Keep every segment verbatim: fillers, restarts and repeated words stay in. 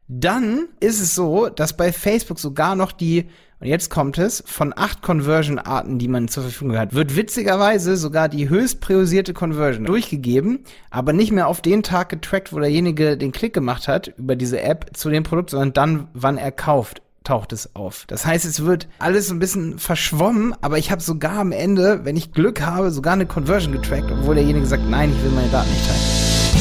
Dann ist es so, dass bei Facebook sogar noch die, und jetzt kommt es, von acht Conversion-Arten, die man zur Verfügung hat, wird witzigerweise sogar die höchst priorisierte Conversion durchgegeben, aber nicht mehr auf den Tag getrackt, wo derjenige den Klick gemacht hat über diese App zu dem Produkt, sondern dann, wann er kauft, taucht es auf. Das heißt, es wird alles so ein bisschen verschwommen, aber ich habe sogar am Ende, wenn ich Glück habe, sogar eine Conversion getrackt, obwohl derjenige sagt, nein, ich will meine Daten nicht teilen.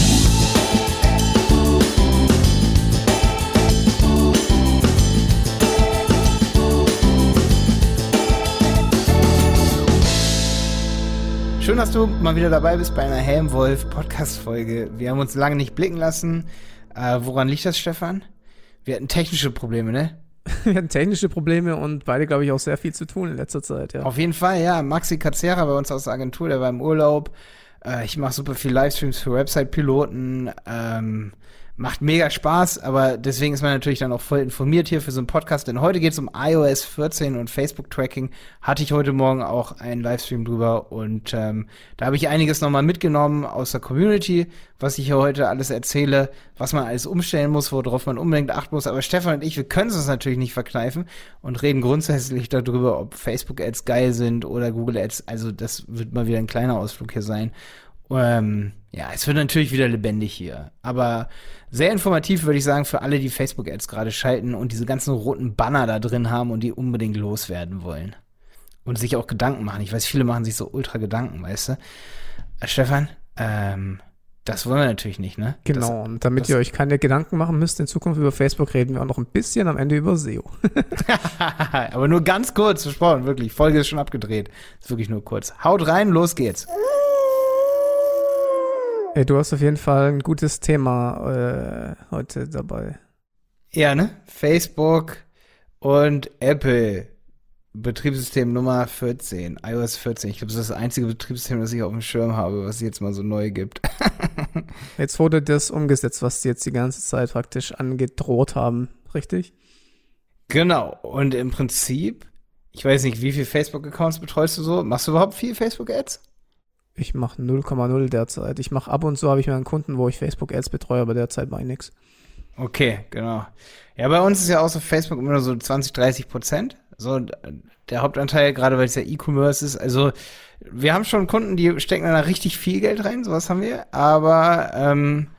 Schön, dass du mal wieder dabei bist bei einer Helmwolf-Podcast-Folge. Wir haben uns lange nicht blicken lassen. Äh, woran liegt das, Stefan? Wir hatten technische Probleme, ne? Wir hatten technische Probleme und beide, glaube ich, auch sehr viel zu tun in letzter Zeit, ja. Auf jeden Fall, ja. Maxi Katzera bei uns aus der Agentur, der war im Urlaub. Äh, ich mache super viel Livestreams für Website-Piloten. Ähm, macht mega Spaß, aber deswegen ist man natürlich dann auch voll informiert hier für so einen Podcast, denn heute geht es um i O S vierzehn und Facebook-Tracking. Hatte ich heute Morgen auch einen Livestream drüber und ähm, da habe ich einiges nochmal mitgenommen aus der Community, was ich hier heute alles erzähle, was man alles umstellen muss, worauf man unbedingt achten muss. Aber Stefan und ich, wir können es uns natürlich nicht verkneifen und reden grundsätzlich darüber, ob Facebook-Ads geil sind oder Google-Ads. Also das wird mal wieder ein kleiner Ausflug hier sein. Ähm, ja, es wird natürlich wieder lebendig hier, aber sehr informativ, würde ich sagen, für alle, die Facebook-Ads gerade schalten und diese ganzen roten Banner da drin haben und die unbedingt loswerden wollen und sich auch Gedanken machen. Ich weiß, viele machen sich so ultra Gedanken, weißt du? Äh, Stefan, ähm, das wollen wir natürlich nicht, ne? Genau, das, und damit das, ihr euch keine Gedanken machen müsst, in Zukunft über Facebook reden wir auch noch ein bisschen am Ende über S E O. Aber nur ganz kurz, versprochen, wirklich. Folge ist schon abgedreht. Ist wirklich nur kurz. Haut rein, los geht's. Hey, du hast auf jeden Fall ein gutes Thema äh, heute dabei. Ja, ne? Facebook und Apple. Betriebssystem Nummer vierzehn, i O S vierzehn. Ich glaube, das ist das einzige Betriebssystem, das ich auf dem Schirm habe, was es jetzt mal so neu gibt. Jetzt wurde das umgesetzt, was sie jetzt die ganze Zeit praktisch angedroht haben, richtig? Genau. Und im Prinzip, ich weiß nicht, wie viele Facebook-Accounts betreust du so? Machst du überhaupt viel Facebook-Ads? Ich mache null Komma null derzeit. Ich mache ab und zu, habe ich mir einen Kunden, wo ich Facebook-Ads betreue, aber derzeit mache ich nichts. Okay, genau. Ja, bei uns ist ja auch so Facebook immer nur so zwanzig, dreißig Prozent. So der Hauptanteil, gerade weil es ja E-Commerce ist. Also wir haben schon Kunden, die stecken da richtig viel Geld rein, sowas haben wir. Aber ähm,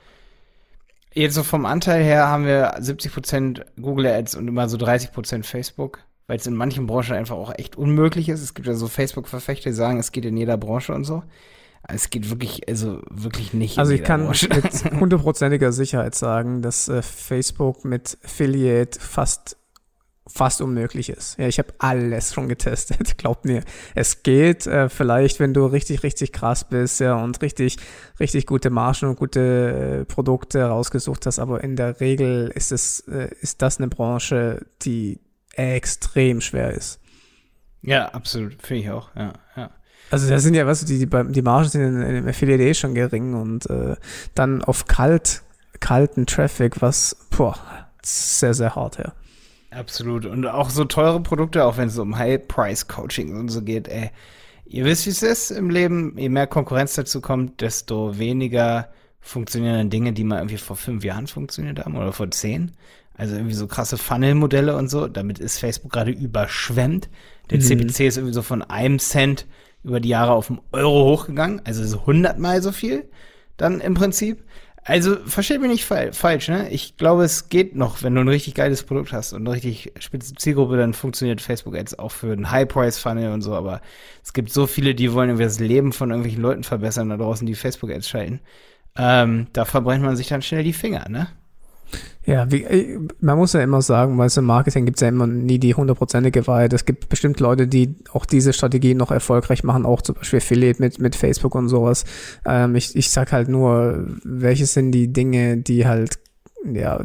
jetzt so vom Anteil her haben wir siebzig Prozent Google Ads und immer so dreißig Prozent Facebook. Weil es in manchen Branchen einfach auch echt unmöglich ist. Es gibt ja so Facebook-Verfechter, die sagen, es geht in jeder Branche und so. Es geht wirklich, also wirklich nicht also in jeder Branche. Also ich kann mit hundertprozentiger Sicherheit sagen, dass äh, Facebook mit Affiliate fast fast unmöglich ist. Ja, ich habe alles schon getestet. Glaubt mir, es geht. Äh, vielleicht, wenn du richtig, richtig krass bist, ja, und richtig, richtig gute Margen und gute äh, Produkte rausgesucht hast. Aber in der Regel ist es, äh, ist das eine Branche, die extrem schwer ist. Ja, absolut. Finde ich auch, ja, ja. Also das sind ja, weißt du, die, die, die Margen sind in, in dem Affiliate eh schon gering und äh, dann auf kalt, kalten Traffic, was, boah, sehr, sehr hart, ja. Absolut. Und auch so teure Produkte, auch wenn es um High-Price-Coaching und so geht, ey. Ihr wisst, wie es ist im Leben, je mehr Konkurrenz dazu kommt, desto weniger funktionieren Dinge, die mal irgendwie vor fünf Jahren funktioniert haben oder vor zehn. Also irgendwie so krasse Funnel-Modelle und so. Damit ist Facebook gerade überschwemmt. Der mhm. C P C ist irgendwie so von einem Cent über die Jahre auf einen Euro hochgegangen. Also so hundertmal so viel dann im Prinzip. Also versteht mich nicht fa- falsch, ne? Ich glaube, es geht noch, wenn du ein richtig geiles Produkt hast und eine richtig spitze Zielgruppe, dann funktioniert Facebook Ads auch für einen High-Price-Funnel und so. Aber es gibt so viele, die wollen irgendwie das Leben von irgendwelchen Leuten verbessern da draußen, die Facebook Ads schalten. Ähm, da verbrennt man sich dann schnell die Finger, ne? Ja, wie, man muss ja immer sagen, weil es im Marketing gibt es ja immer nie die hundertprozentige Wahrheit. Es gibt bestimmt Leute, die auch diese Strategie noch erfolgreich machen, auch zum Beispiel Affiliate mit, mit Facebook und sowas. Ähm, ich, ich sag halt nur, welche sind die Dinge, die halt, ja,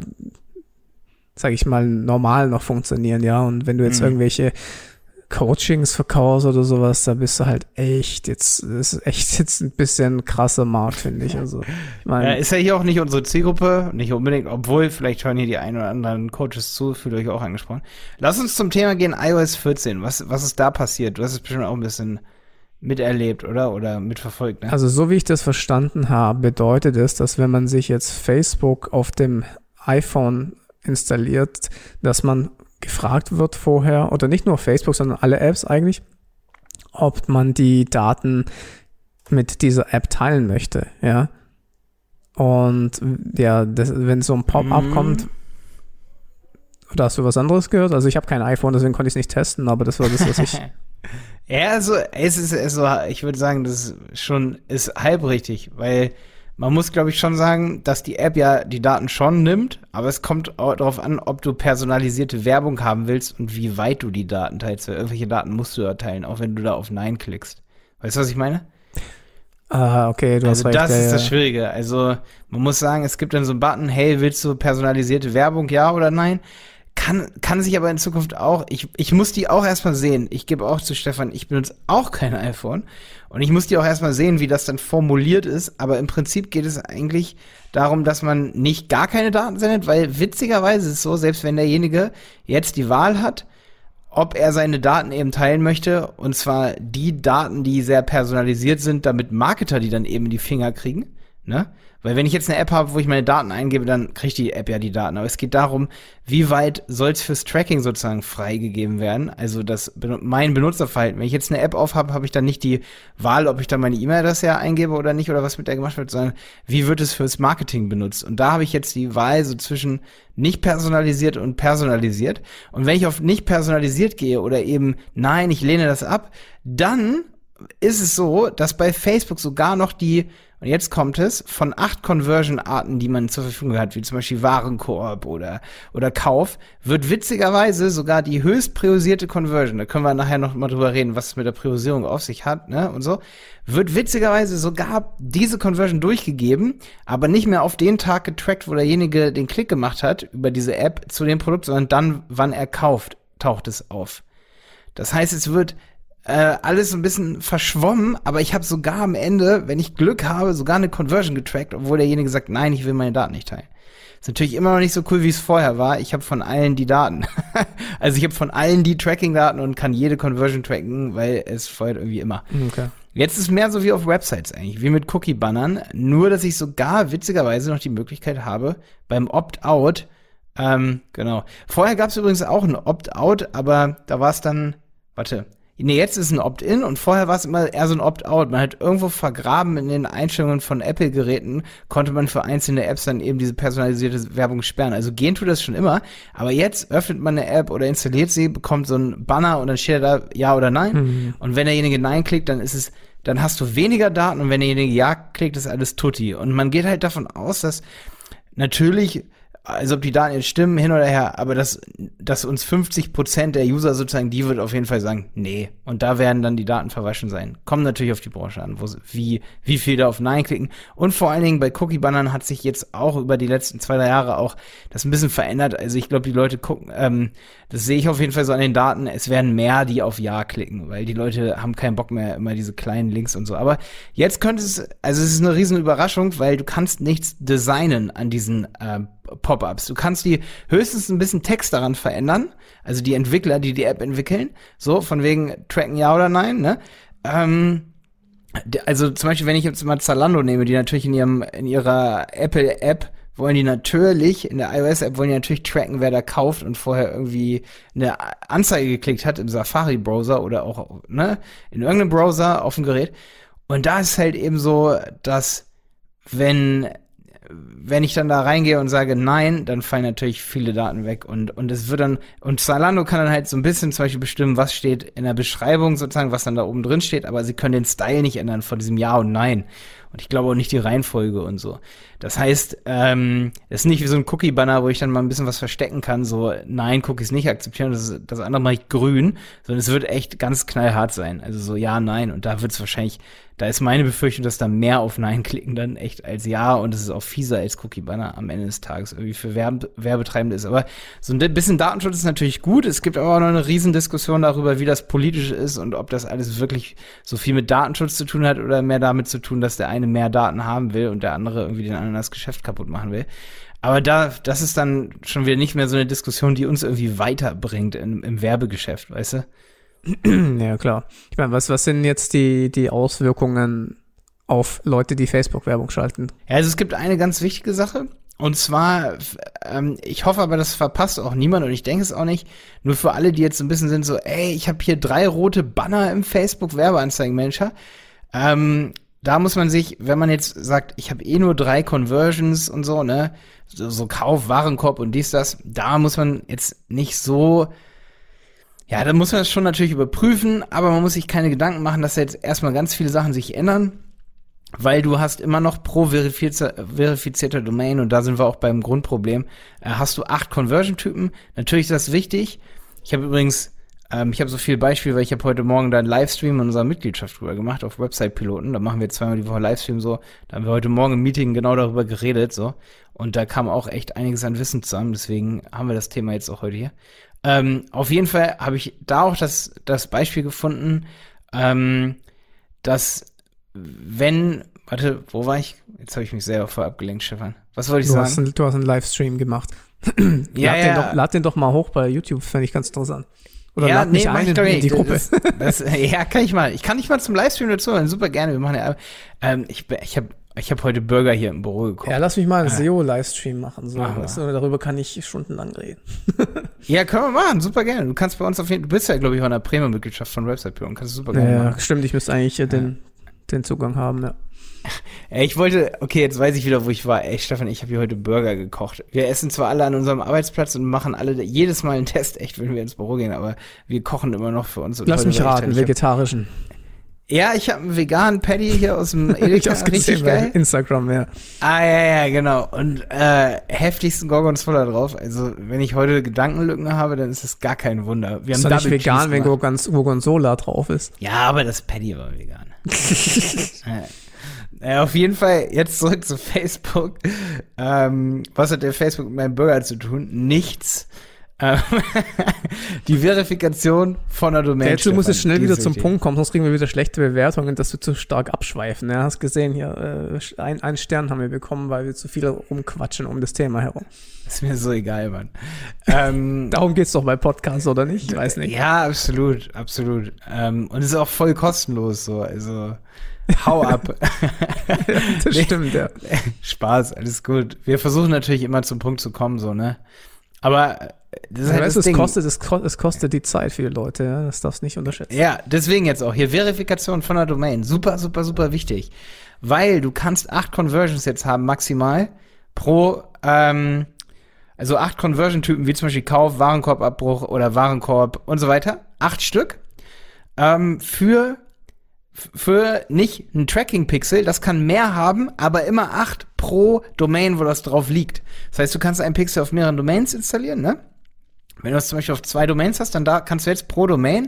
sag ich mal, normal noch funktionieren, ja. Und wenn du jetzt mhm. irgendwelche Coachings verkaufst oder sowas, da bist du halt echt, jetzt das ist echt jetzt ein bisschen krasser Markt, finde ich. Also, ich mein, ja, ist ja hier auch nicht unsere Zielgruppe, nicht unbedingt, obwohl vielleicht hören hier die ein oder anderen Coaches zu, fühlt euch auch angesprochen. Lass uns zum Thema gehen, i O S vierzehn. Was, was ist da passiert? Du hast es bestimmt auch ein bisschen miterlebt, oder? Oder mitverfolgt, ne? Also so wie ich das verstanden habe, bedeutet es, dass wenn man sich jetzt Facebook auf dem iPhone installiert, dass man gefragt wird vorher, oder nicht nur Facebook, sondern alle Apps eigentlich, ob man die Daten mit dieser App teilen möchte, ja. Und ja, das, wenn so ein Pop-up mm. kommt, oder hast du was anderes gehört? Also ich habe kein iPhone, deswegen konnte ich es nicht testen, aber das war das, was ich... Ja, also es ist, es so, ich würde sagen, das ist schon ist halb richtig, weil man muss, glaube ich, schon sagen, dass die App ja die Daten schon nimmt, aber es kommt auch darauf an, ob du personalisierte Werbung haben willst und wie weit du die Daten teilst, weil irgendwelche Daten musst du ja teilen, auch wenn du da auf Nein klickst. Weißt du, was ich meine? Ah, okay, du also hast recht. Das ja, ist ja. das Schwierige. Also man muss sagen, es gibt dann so einen Button, hey, willst du personalisierte Werbung, ja oder nein? Kann, kann sich aber in Zukunft auch, ich, ich muss die auch erstmal sehen. Ich gebe auch zu Stefan, ich benutze auch kein iPhone. Und ich muss die auch erstmal sehen, wie das dann formuliert ist. Aber im Prinzip geht es eigentlich darum, dass man nicht gar keine Daten sendet, weil witzigerweise ist es so, selbst wenn derjenige jetzt die Wahl hat, ob er seine Daten eben teilen möchte, und zwar die Daten, die sehr personalisiert sind, damit Marketer die dann eben in die Finger kriegen, ne? Weil wenn ich jetzt eine App habe, wo ich meine Daten eingebe, dann kriegt die App ja die Daten. Aber es geht darum, wie weit soll es fürs Tracking sozusagen freigegeben werden? Also das mein Benutzerverhalten. Wenn ich jetzt eine App aufhabe, habe ich dann nicht die Wahl, ob ich dann meine E-Mail-Adresse ja eingebe oder nicht oder was mit der gemacht wird, sondern wie wird es fürs Marketing benutzt? Und da habe ich jetzt die Wahl so zwischen nicht personalisiert und personalisiert. Und wenn ich auf nicht personalisiert gehe oder eben nein, ich lehne das ab, dann ist es so, dass bei Facebook sogar noch die, und jetzt kommt es, von acht Conversion-Arten, die man zur Verfügung hat, wie zum Beispiel Warenkorb oder, oder Kauf, wird witzigerweise sogar die höchst priorisierte Conversion, da können wir nachher noch mal drüber reden, was es mit der Priorisierung auf sich hat, ne, und so, wird witzigerweise sogar diese Conversion durchgegeben, aber nicht mehr auf den Tag getrackt, wo derjenige den Klick gemacht hat über diese App zu dem Produkt, sondern dann, wann er kauft, taucht es auf. Das heißt, es wird Äh, alles so ein bisschen verschwommen, aber ich habe sogar am Ende, wenn ich Glück habe, sogar eine Conversion getrackt, obwohl derjenige sagt, nein, ich will meine Daten nicht teilen. Ist natürlich immer noch nicht so cool, wie es vorher war. Ich habe von allen die Daten. Also ich habe von allen die Tracking-Daten und kann jede Conversion tracken, weil es vorher irgendwie immer. Okay. Jetzt ist es mehr so wie auf Websites eigentlich, wie mit Cookie-Bannern, nur dass ich sogar witzigerweise noch die Möglichkeit habe, beim Opt-out, ähm, genau. Vorher gab es übrigens auch ein Opt-out, aber da war es dann, warte, Nee, jetzt ist es ein Opt-in und vorher war es immer eher so ein Opt-out. Man hat irgendwo vergraben in den Einstellungen von Apple-Geräten, konnte man für einzelne Apps dann eben diese personalisierte Werbung sperren. Also gehen tut das schon immer, aber jetzt öffnet man eine App oder installiert sie, bekommt so ein Banner und dann steht da Ja oder Nein. Mhm. Und wenn derjenige Nein klickt, dann ist es, dann hast du weniger Daten und wenn derjenige Ja klickt, ist alles tutti. Und man geht halt davon aus, dass natürlich, also ob die Daten jetzt stimmen, hin oder her, aber dass, dass uns fünfzig Prozent der User sozusagen, die wird auf jeden Fall sagen, nee. Und da werden dann die Daten verwaschen sein. Kommt natürlich auf die Branche an, wo, wie, wie viel da auf Nein klicken. Und vor allen Dingen bei Cookie-Bannern hat sich jetzt auch über die letzten zwei, drei Jahre auch das ein bisschen verändert. Also ich glaube, die Leute gucken, ähm, das sehe ich auf jeden Fall so an den Daten, es werden mehr, die auf Ja klicken, weil die Leute haben keinen Bock mehr, immer diese kleinen Links und so. Aber jetzt könnte es, also es ist eine riesen Überraschung, weil du kannst nichts designen an diesen äh, Pop-ups. Du kannst die höchstens ein bisschen Text daran verändern, also die Entwickler, die die App entwickeln, so von wegen tracken ja oder nein, ne? Ähm, also zum Beispiel, wenn ich jetzt mal Zalando nehme, die natürlich in ihrem in ihrer Apple-App wollen die natürlich, in der iOS-App wollen die natürlich tracken, wer da kauft und vorher irgendwie eine Anzeige geklickt hat im Safari-Browser oder auch, ne, in irgendeinem Browser auf dem Gerät. Und da ist halt eben so, dass wenn wenn ich dann da reingehe und sage nein, dann fallen natürlich viele Daten weg und und es wird dann, und Zalando kann dann halt so ein bisschen zum Beispiel bestimmen, was steht in der Beschreibung sozusagen, was dann da oben drin steht, aber sie können den Style nicht ändern von diesem Ja und Nein. Und ich glaube auch nicht die Reihenfolge und so. Das heißt, ähm, es ist nicht wie so ein Cookie-Banner, wo ich dann mal ein bisschen was verstecken kann, so nein, Cookies nicht akzeptieren, das, ist, das andere mache ich grün, sondern es wird echt ganz knallhart sein. Also so ja, nein. Und da wird es wahrscheinlich, da ist meine Befürchtung, dass da mehr auf Nein klicken dann echt als Ja, und es ist auch fieser als Cookie-Banner am Ende des Tages irgendwie für Werbe- Werbetreibende ist. Aber so ein bisschen Datenschutz ist natürlich gut. Es gibt aber auch noch eine Riesendiskussion darüber, wie das politisch ist und ob das alles wirklich so viel mit Datenschutz zu tun hat oder mehr damit zu tun, dass der eine mehr Daten haben will und der andere irgendwie den anderen das Geschäft kaputt machen will. Aber da, das ist dann schon wieder nicht mehr so eine Diskussion, die uns irgendwie weiterbringt im, im Werbegeschäft, weißt du? Ja, klar. Ich meine, was, was sind jetzt die, die Auswirkungen auf Leute, die Facebook-Werbung schalten? Ja, also es gibt eine ganz wichtige Sache. und zwar, ähm, ich hoffe aber, das verpasst auch niemand und ich denke es auch nicht, nur für alle, die jetzt so ein bisschen sind so, ey, ich habe hier drei rote Banner im Facebook-Werbeanzeigen-Manager. Ähm, da muss man sich, wenn man jetzt sagt, ich habe eh nur drei Conversions und so, ne, so, so Kauf, Warenkorb und dies, das, da muss man jetzt nicht so, ja, da muss man das schon natürlich überprüfen, aber man muss sich keine Gedanken machen, dass da jetzt erstmal ganz viele Sachen sich ändern, weil du hast immer noch pro verifizierte, verifizierte Domain, und da sind wir auch beim Grundproblem, äh, hast du acht Conversion-Typen. Natürlich ist das wichtig. Ich habe übrigens, ähm, ich habe so viele Beispiele, weil ich habe heute Morgen da einen Livestream in unserer Mitgliedschaft drüber gemacht auf Website-Piloten. Da machen wir zweimal die Woche Livestream so. Da haben wir heute Morgen im Meeting genau darüber geredet so. Und da kam auch echt einiges an Wissen zusammen. Deswegen haben wir das Thema jetzt auch heute hier. Ähm, auf jeden Fall habe ich da auch das, das Beispiel gefunden, ähm, dass wenn, warte, wo war ich? Jetzt habe ich mich selber voll abgelenkt, Stefan. Was wollte ich du sagen? Hast ein, du hast einen Livestream gemacht. ja, lad, ja. Den doch, lad den doch mal hoch bei YouTube, fände ich ganz interessant. Oder ja, lad mich nee, ein in, in die Gruppe. Das, das, ja, kann ich mal. Ich kann nicht mal zum Livestream dazu, super gerne. Wir machen ja, ähm, ich, ich habe ich hab heute Burger hier im Büro gekocht. Ja, lass mich mal einen äh, S E O-Livestream machen. So. Machen Weißt du, darüber kann ich stundenlang reden. Ja, können wir machen, super gerne. Du kannst bei uns auf jeden Fall, du bist ja, glaube ich, auch in der Premium-Mitgliedschaft von Website Pure und kannst super gerne ja, machen. Ja, stimmt, ich müsste eigentlich äh, den, ja. den Zugang haben, ja. Ey, ich wollte, okay, jetzt weiß ich wieder, wo ich war. Ey, Stefan, ich habe hier heute Burger gekocht. Wir essen zwar alle an unserem Arbeitsplatz und machen alle jedes Mal einen Test, echt, wenn wir ins Büro gehen, aber wir kochen immer noch für uns. Und Lass mich raten, vegetarischen. Ja, ich habe einen veganen Patty hier aus dem Edeka, richtig geil. Instagram, ja. Ah, ja, ja, genau. Und äh, heftigsten Gorgonzola drauf. Also, wenn ich heute Gedankenlücken habe, dann ist das gar kein Wunder. Wir ist haben doch nicht vegan, wenn Gorgonzola drauf ist. Ja, aber das Patty war vegan. ja. Ja, auf jeden Fall, jetzt zurück zu Facebook. Ähm, was hat der Facebook mit meinem Burger zu tun? Nichts. Ähm, die Verifikation von der Domain. Jetzt, du musst jetzt schnell wieder zum Punkt kommen, sonst kriegen wir wieder schlechte Bewertungen, dass wir zu stark abschweifen. Ja, hast gesehen, hier äh, ein, einen Stern haben wir bekommen, weil wir zu viel rumquatschen um das Thema herum. Ist mir so egal, Mann. ähm, Darum geht's doch bei Podcasts, oder nicht? Ich weiß nicht. Ja, absolut, absolut. Ähm, und es ist auch voll kostenlos so, also hau ab. Ja, das stimmt, ja. Spaß, alles gut. Wir versuchen natürlich immer zum Punkt zu kommen, so, ne? Aber das ist halt weißt, das es Ding. kostet, es kostet, es kostet die Zeit für die Leute, ja, das darfst du nicht unterschätzen. Ja, deswegen jetzt auch hier Verifikation von der Domain. Super, super, super wichtig. Weil du kannst acht Conversions jetzt haben, maximal, pro, ähm, also acht Conversion-Typen, wie zum Beispiel Kauf, Warenkorbabbruch oder Warenkorb und so weiter. Acht Stück. Ähm, für für nicht ein Tracking-Pixel, das kann mehr haben, aber immer acht pro Domain, wo das drauf liegt. Das heißt, du kannst einen Pixel auf mehreren Domains installieren, ne? Wenn du das zum Beispiel auf zwei Domains hast, dann da kannst du jetzt pro Domain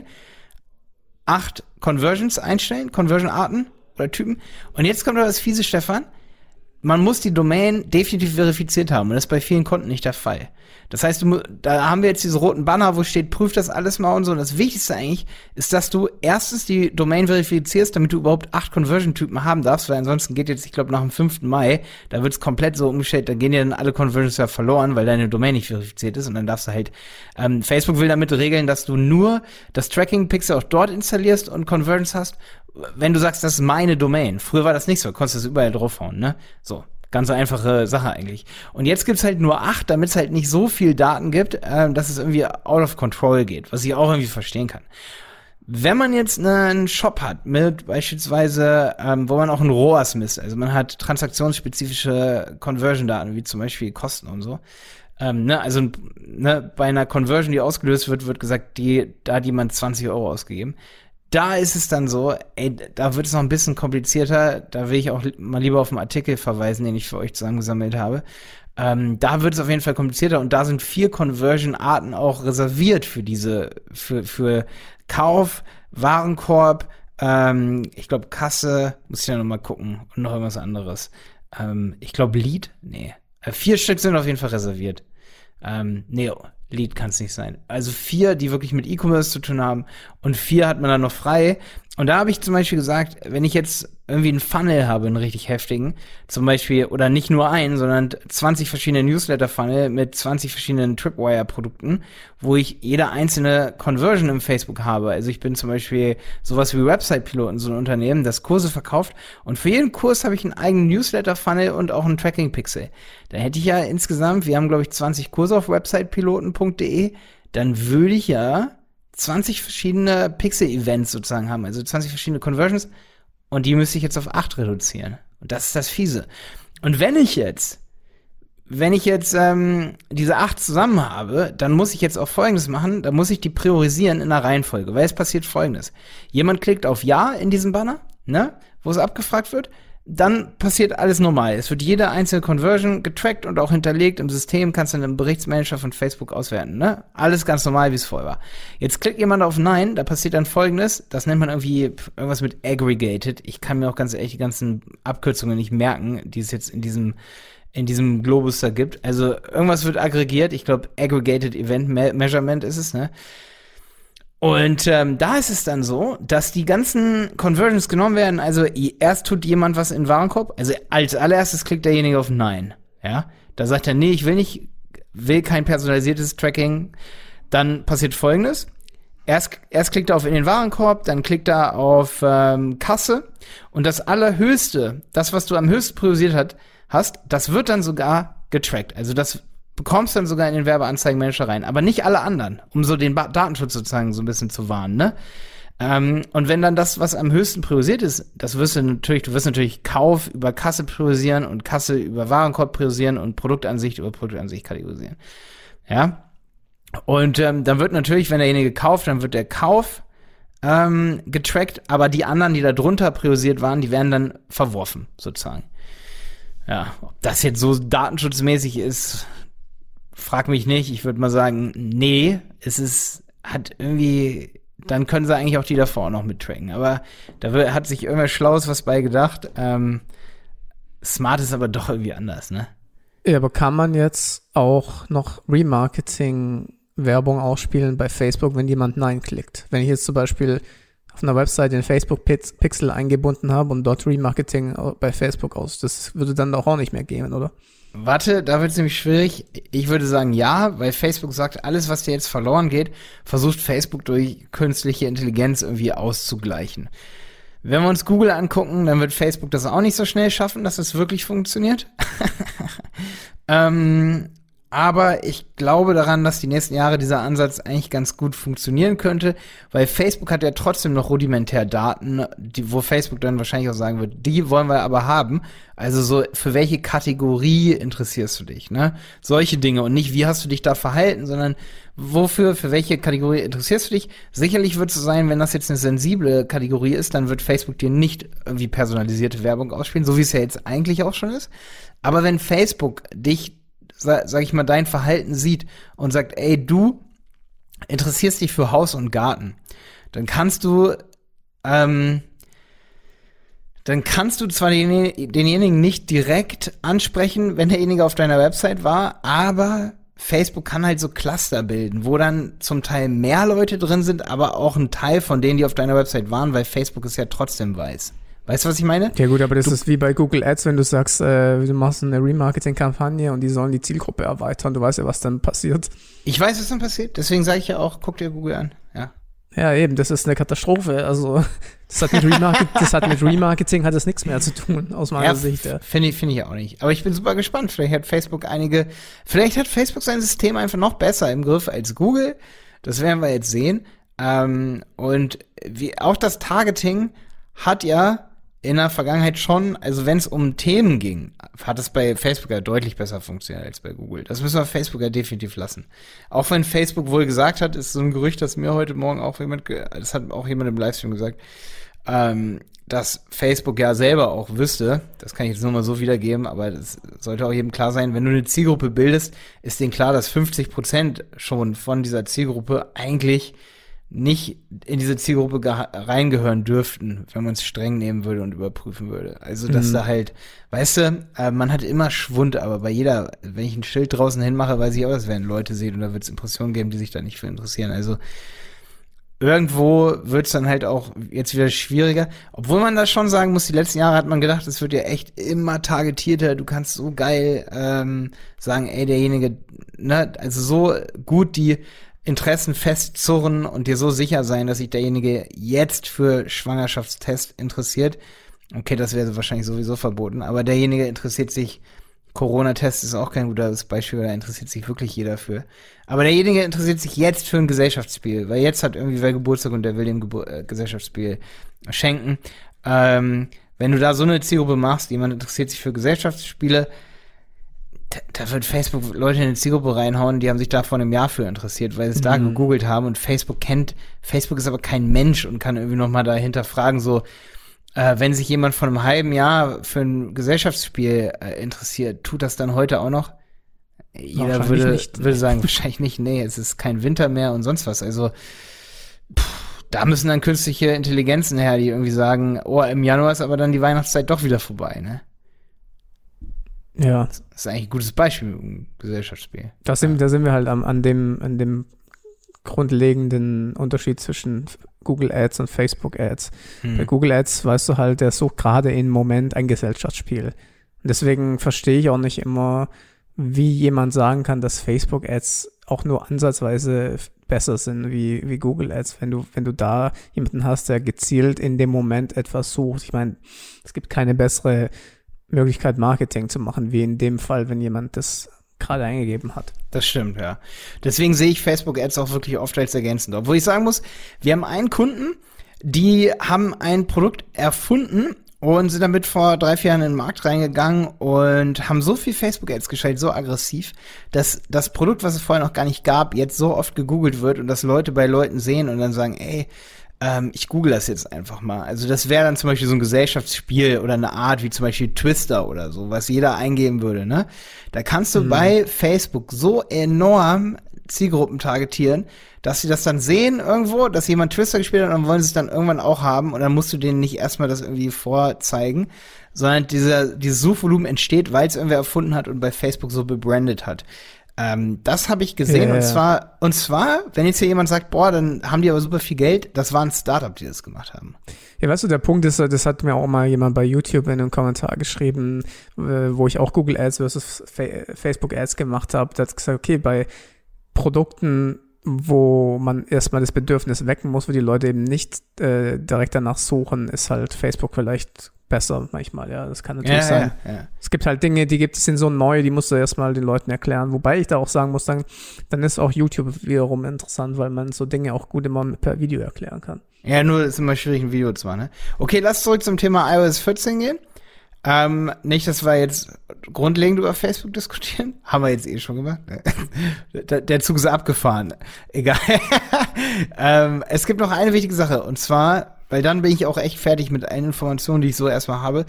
acht Conversions einstellen, Conversion-Arten oder Typen. Und jetzt kommt aber das fiese, Stefan. Man muss die Domain definitiv verifiziert haben. Und das ist bei vielen Konten nicht der Fall. Das heißt, du, da haben wir jetzt diese roten Banner, wo steht, prüf das alles mal und so. Und das Wichtigste eigentlich ist, dass du erstens die Domain verifizierst, damit du überhaupt acht Conversion-Typen haben darfst, weil ansonsten geht jetzt, ich glaube, nach dem fünften Mai, da wird's komplett so umgestellt, da gehen dir dann alle Conversions ja verloren, weil deine Domain nicht verifiziert ist. Und dann darfst du halt, ähm, Facebook will damit regeln, dass du nur das Tracking-Pixel auch dort installierst und Conversions hast, wenn du sagst, das ist meine Domain. Früher war das nicht so, du konntest das überall draufhauen, ne? So. Ganz einfache Sache eigentlich. Und jetzt gibt's halt nur acht, damit es halt nicht so viel Daten gibt, ähm, dass es irgendwie out of control geht, was ich auch irgendwie verstehen kann. Wenn man jetzt einen Shop hat mit beispielsweise, ähm, wo man auch ein R O A S misst, also man hat transaktionsspezifische Conversion-Daten, wie zum Beispiel Kosten und so, ähm, ne, also ne, bei einer Conversion, die ausgelöst wird, wird gesagt, die, da hat jemand zwanzig Euro ausgegeben. Da ist es dann so, ey, da wird es noch ein bisschen komplizierter. Da will ich auch mal lieber auf einen Artikel verweisen, den ich für euch zusammengesammelt habe. Ähm, da wird es auf jeden Fall komplizierter und da sind vier Conversion-Arten auch reserviert für diese, für, für Kauf, Warenkorb, ähm, ich glaube Kasse, muss ich ja noch mal gucken und noch irgendwas anderes. Ähm, ich glaube Lead, nee, äh, vier Stück sind auf jeden Fall reserviert. Ähm, nee, Lead kann es nicht sein. Also vier, die wirklich mit E-Commerce zu tun haben und vier hat man dann noch frei. Und da habe ich zum Beispiel gesagt, wenn ich jetzt irgendwie einen Funnel habe, einen richtig heftigen, zum Beispiel, oder nicht nur einen, sondern zwanzig verschiedene Newsletter-Funnel mit zwanzig verschiedenen Tripwire-Produkten, wo ich jede einzelne Conversion im Facebook habe. Also ich bin zum Beispiel sowas wie Website-Piloten, so ein Unternehmen, das Kurse verkauft. Und für jeden Kurs habe ich einen eigenen Newsletter-Funnel und auch einen Tracking-Pixel. Da hätte ich ja insgesamt, wir haben glaube ich zwanzig Kurse auf websitepiloten punkt de, dann würde ich ja zwanzig verschiedene Pixel-Events sozusagen haben, also zwanzig verschiedene Conversions, und die müsste ich jetzt auf acht reduzieren. Und das ist das Fiese. Und wenn ich jetzt, wenn ich jetzt ähm, diese acht zusammen habe, dann muss ich jetzt auch Folgendes machen, dann muss ich die priorisieren in der Reihenfolge, weil es passiert Folgendes. Jemand klickt auf Ja in diesem Banner, ne, wo es abgefragt wird, dann passiert alles normal. Es wird jede einzelne Conversion getrackt und auch hinterlegt im System, kannst du in einem Berichtsmanager von Facebook auswerten, ne? Alles ganz normal, wie es vorher war. Jetzt klickt jemand auf Nein, da passiert dann Folgendes, das nennt man irgendwie irgendwas mit Aggregated. Ich kann mir auch ganz ehrlich die ganzen Abkürzungen nicht merken, die es jetzt in diesem in diesem Globus da gibt. Also irgendwas wird aggregiert, ich glaube Aggregated Event Me- Measurement ist es, ne? Und ähm, da ist es dann so, dass die ganzen Conversions genommen werden. Also erst tut jemand was in den Warenkorb. Also als allererstes klickt derjenige auf Nein. Ja, da sagt er, nee, ich will nicht, will kein personalisiertes Tracking. Dann passiert Folgendes. Erst, erst klickt er auf in den Warenkorb, dann klickt er auf ähm, Kasse. Und das Allerhöchste, das, was du am höchsten priorisiert hat, hast, das wird dann sogar getrackt. Also das bekommst dann sogar in den Werbeanzeigenmanager rein, aber nicht alle anderen, um so den ba- Datenschutz sozusagen so ein bisschen zu wahren, ne? Ähm, und wenn dann das, was am höchsten priorisiert ist, das wirst du natürlich, du wirst natürlich Kauf über Kasse priorisieren und Kasse über Warenkorb priorisieren und Produktansicht über Produktansicht kategorisieren. Ja? Und ähm, dann wird natürlich, wenn derjenige kauft, dann wird der Kauf ähm, getrackt, aber die anderen, die da drunter priorisiert waren, die werden dann verworfen, sozusagen. Ja, ob das jetzt so datenschutzmäßig ist, frag mich nicht. Ich würde mal sagen, nee, es ist, hat irgendwie, dann können sie eigentlich auch die davor noch mittracken. Aber da wird, hat sich irgendwas Schlaues was bei gedacht. Ähm, Smart ist aber doch irgendwie anders, ne? Ja, aber kann man jetzt auch noch Remarketing-Werbung ausspielen bei Facebook, wenn jemand Nein klickt? Wenn ich jetzt zum Beispiel auf einer Website den Facebook-Pixel eingebunden habe und dort Remarketing bei Facebook aus, das würde dann doch auch nicht mehr gehen, oder? Warte, da wird es nämlich schwierig. Ich würde sagen ja, weil Facebook sagt, alles, was dir jetzt verloren geht, versucht Facebook durch künstliche Intelligenz irgendwie auszugleichen. Wenn wir uns Google angucken, dann wird Facebook das auch nicht so schnell schaffen, dass es wirklich funktioniert. ähm, aber ich glaube daran, dass die nächsten Jahre dieser Ansatz eigentlich ganz gut funktionieren könnte, weil Facebook hat ja trotzdem noch rudimentär Daten, die, wo Facebook dann wahrscheinlich auch sagen wird, die wollen wir aber haben. Also so, für welche Kategorie interessierst du dich, ne? Solche Dinge und nicht, wie hast du dich da verhalten, sondern wofür, für welche Kategorie interessierst du dich? Sicherlich wird es so sein, wenn das jetzt eine sensible Kategorie ist, dann wird Facebook dir nicht irgendwie personalisierte Werbung ausspielen, so wie es ja jetzt eigentlich auch schon ist. Aber wenn Facebook dich, sag ich mal, dein Verhalten sieht und sagt, ey, du interessierst dich für Haus und Garten, dann kannst du, ähm, dann kannst du zwar den, denjenigen nicht direkt ansprechen, wenn derjenige auf deiner Website war, aber Facebook kann halt so Cluster bilden, wo dann zum Teil mehr Leute drin sind, aber auch ein Teil von denen, die auf deiner Website waren, weil Facebook es ja trotzdem weiß. Weißt du, was ich meine? Ja gut, aber das du, ist wie bei Google Ads, wenn du sagst, äh, du machst eine Remarketing-Kampagne und die sollen die Zielgruppe erweitern. Du weißt ja, was dann passiert. Ich weiß, was dann passiert. Deswegen sage ich ja auch, guck dir Google an. Ja. Ja, eben, das ist eine Katastrophe. Also das hat mit, Remarket- das hat mit Remarketing hat das nichts mehr zu tun, aus meiner ja, Sicht. Ja. Finde ich, finde ich auch nicht. Aber ich bin super gespannt. Vielleicht hat Facebook einige, vielleicht hat Facebook sein System einfach noch besser im Griff als Google. Das werden wir jetzt sehen. Ähm, und wie, auch das Targeting hat ja in der Vergangenheit schon, also wenn es um Themen ging, hat es bei Facebook ja deutlich besser funktioniert als bei Google. Das müssen wir Facebook ja definitiv lassen. Auch wenn Facebook wohl gesagt hat, ist so ein Gerücht, das mir heute Morgen auch jemand, das hat auch jemand im Livestream gesagt, ähm, dass Facebook ja selber auch wüsste, das kann ich jetzt nur mal so wiedergeben, aber das sollte auch jedem klar sein, wenn du eine Zielgruppe bildest, ist denen klar, dass fünfzig Prozent schon von dieser Zielgruppe eigentlich nicht in diese Zielgruppe geha- reingehören dürften, wenn man es streng nehmen würde und überprüfen würde. Also, dass mhm. da halt, weißt du, äh, man hat immer Schwund, aber bei jeder, wenn ich ein Schild draußen hinmache, weiß ich auch, es werden Leute sehen und da wird es Impressionen geben, die sich da nicht für interessieren. Also, irgendwo wird's dann halt auch jetzt wieder schwieriger. Obwohl man das schon sagen muss, die letzten Jahre hat man gedacht, es wird ja echt immer targetierter. Du kannst so geil ähm, sagen, ey, derjenige, ne, also so gut die Interessen festzurren und dir so sicher sein, dass sich derjenige jetzt für Schwangerschaftstest interessiert. Okay, das wäre wahrscheinlich sowieso verboten, aber derjenige interessiert sich, Corona-Test ist auch kein gutes Beispiel, da interessiert sich wirklich jeder für. Aber derjenige interessiert sich jetzt für ein Gesellschaftsspiel, weil jetzt hat irgendwie wer Geburtstag und der will dem Gebur- äh, Gesellschaftsspiel schenken. Ähm, wenn du da so eine Zielgruppe machst, jemand interessiert sich für Gesellschaftsspiele, da, da wird Facebook Leute in eine Zielgruppe reinhauen, die haben sich da vor einem Jahr für interessiert, weil sie es mhm. da gegoogelt haben und Facebook kennt, Facebook ist aber kein Mensch und kann irgendwie noch mal dahinter fragen, so, Äh, wenn sich jemand von einem halben Jahr für ein Gesellschaftsspiel äh, interessiert, tut das dann heute auch noch? Jeder würde, nicht, würde sagen, wahrscheinlich nicht, nee, es ist kein Winter mehr und sonst was. Also pff, da müssen dann künstliche Intelligenzen her, die irgendwie sagen, oh, im Januar ist aber dann die Weihnachtszeit doch wieder vorbei, ne? Ja. Das ist eigentlich ein gutes Beispiel mit einem Gesellschaftsspiel. Da sind, da sind wir halt am, an dem, an dem grundlegenden Unterschied zwischen Google Ads und Facebook Ads. Hm. Bei Google Ads weißt du halt, der sucht gerade im Moment ein Gesellschaftsspiel. Und deswegen verstehe ich auch nicht immer, wie jemand sagen kann, dass Facebook Ads auch nur ansatzweise besser sind wie, wie Google Ads, wenn du, wenn du da jemanden hast, der gezielt in dem Moment etwas sucht. Ich meine, es gibt keine bessere Möglichkeit, Marketing zu machen, wie in dem Fall, wenn jemand das gerade eingegeben hat. Das stimmt, ja. Deswegen sehe ich Facebook Ads auch wirklich oft als ergänzend. Obwohl ich sagen muss, wir haben einen Kunden, die haben ein Produkt erfunden und sind damit vor drei, vier Jahren in den Markt reingegangen und haben so viel Facebook Ads geschaltet, so aggressiv, dass das Produkt, was es vorher noch gar nicht gab, jetzt so oft gegoogelt wird und dass Leute bei Leuten sehen und dann sagen, ey, Ähm, ich google das jetzt einfach mal. Also das wäre dann zum Beispiel so ein Gesellschaftsspiel oder eine Art wie zum Beispiel Twister oder so, was jeder eingeben würde, ne? Da kannst du mhm. bei Facebook so enorm Zielgruppen targetieren, dass sie das dann sehen irgendwo, dass jemand Twister gespielt hat und dann wollen sie es dann irgendwann auch haben und dann musst du denen nicht erstmal das irgendwie vorzeigen, sondern dieser, dieses Suchvolumen entsteht, weil es irgendwer erfunden hat und bei Facebook so bebrandet hat. Ähm, das habe ich gesehen, ja, und zwar, und zwar, wenn jetzt hier jemand sagt, boah, dann haben die aber super viel Geld, das war ein Startup, die das gemacht haben. Ja, weißt du, der Punkt ist, das hat mir auch mal jemand bei YouTube in einem Kommentar geschrieben, wo ich auch Google Ads versus Facebook Ads gemacht habe, der hat gesagt, okay, bei Produkten, wo man erstmal das Bedürfnis wecken muss, wo die Leute eben nicht äh, direkt danach suchen, ist halt Facebook vielleicht besser manchmal, ja, das kann natürlich ja, sein. Ja, ja. Es gibt halt Dinge, die gibt es sind so neu, die musst du erstmal den Leuten erklären, wobei ich da auch sagen muss, dann, dann ist auch YouTube wiederum interessant, weil man so Dinge auch gut immer per Video erklären kann. Ja, nur ist immer schwierig, ein Video zwar, ne? Okay, lass zurück zum Thema i O S vierzehn gehen. Ähm, nicht, dass wir jetzt grundlegend über Facebook diskutieren. Haben wir jetzt eh schon gemacht. der, der Zug ist abgefahren. Egal. ähm, es gibt noch eine wichtige Sache. Und zwar, weil dann bin ich auch echt fertig mit allen Informationen, die ich so erstmal habe.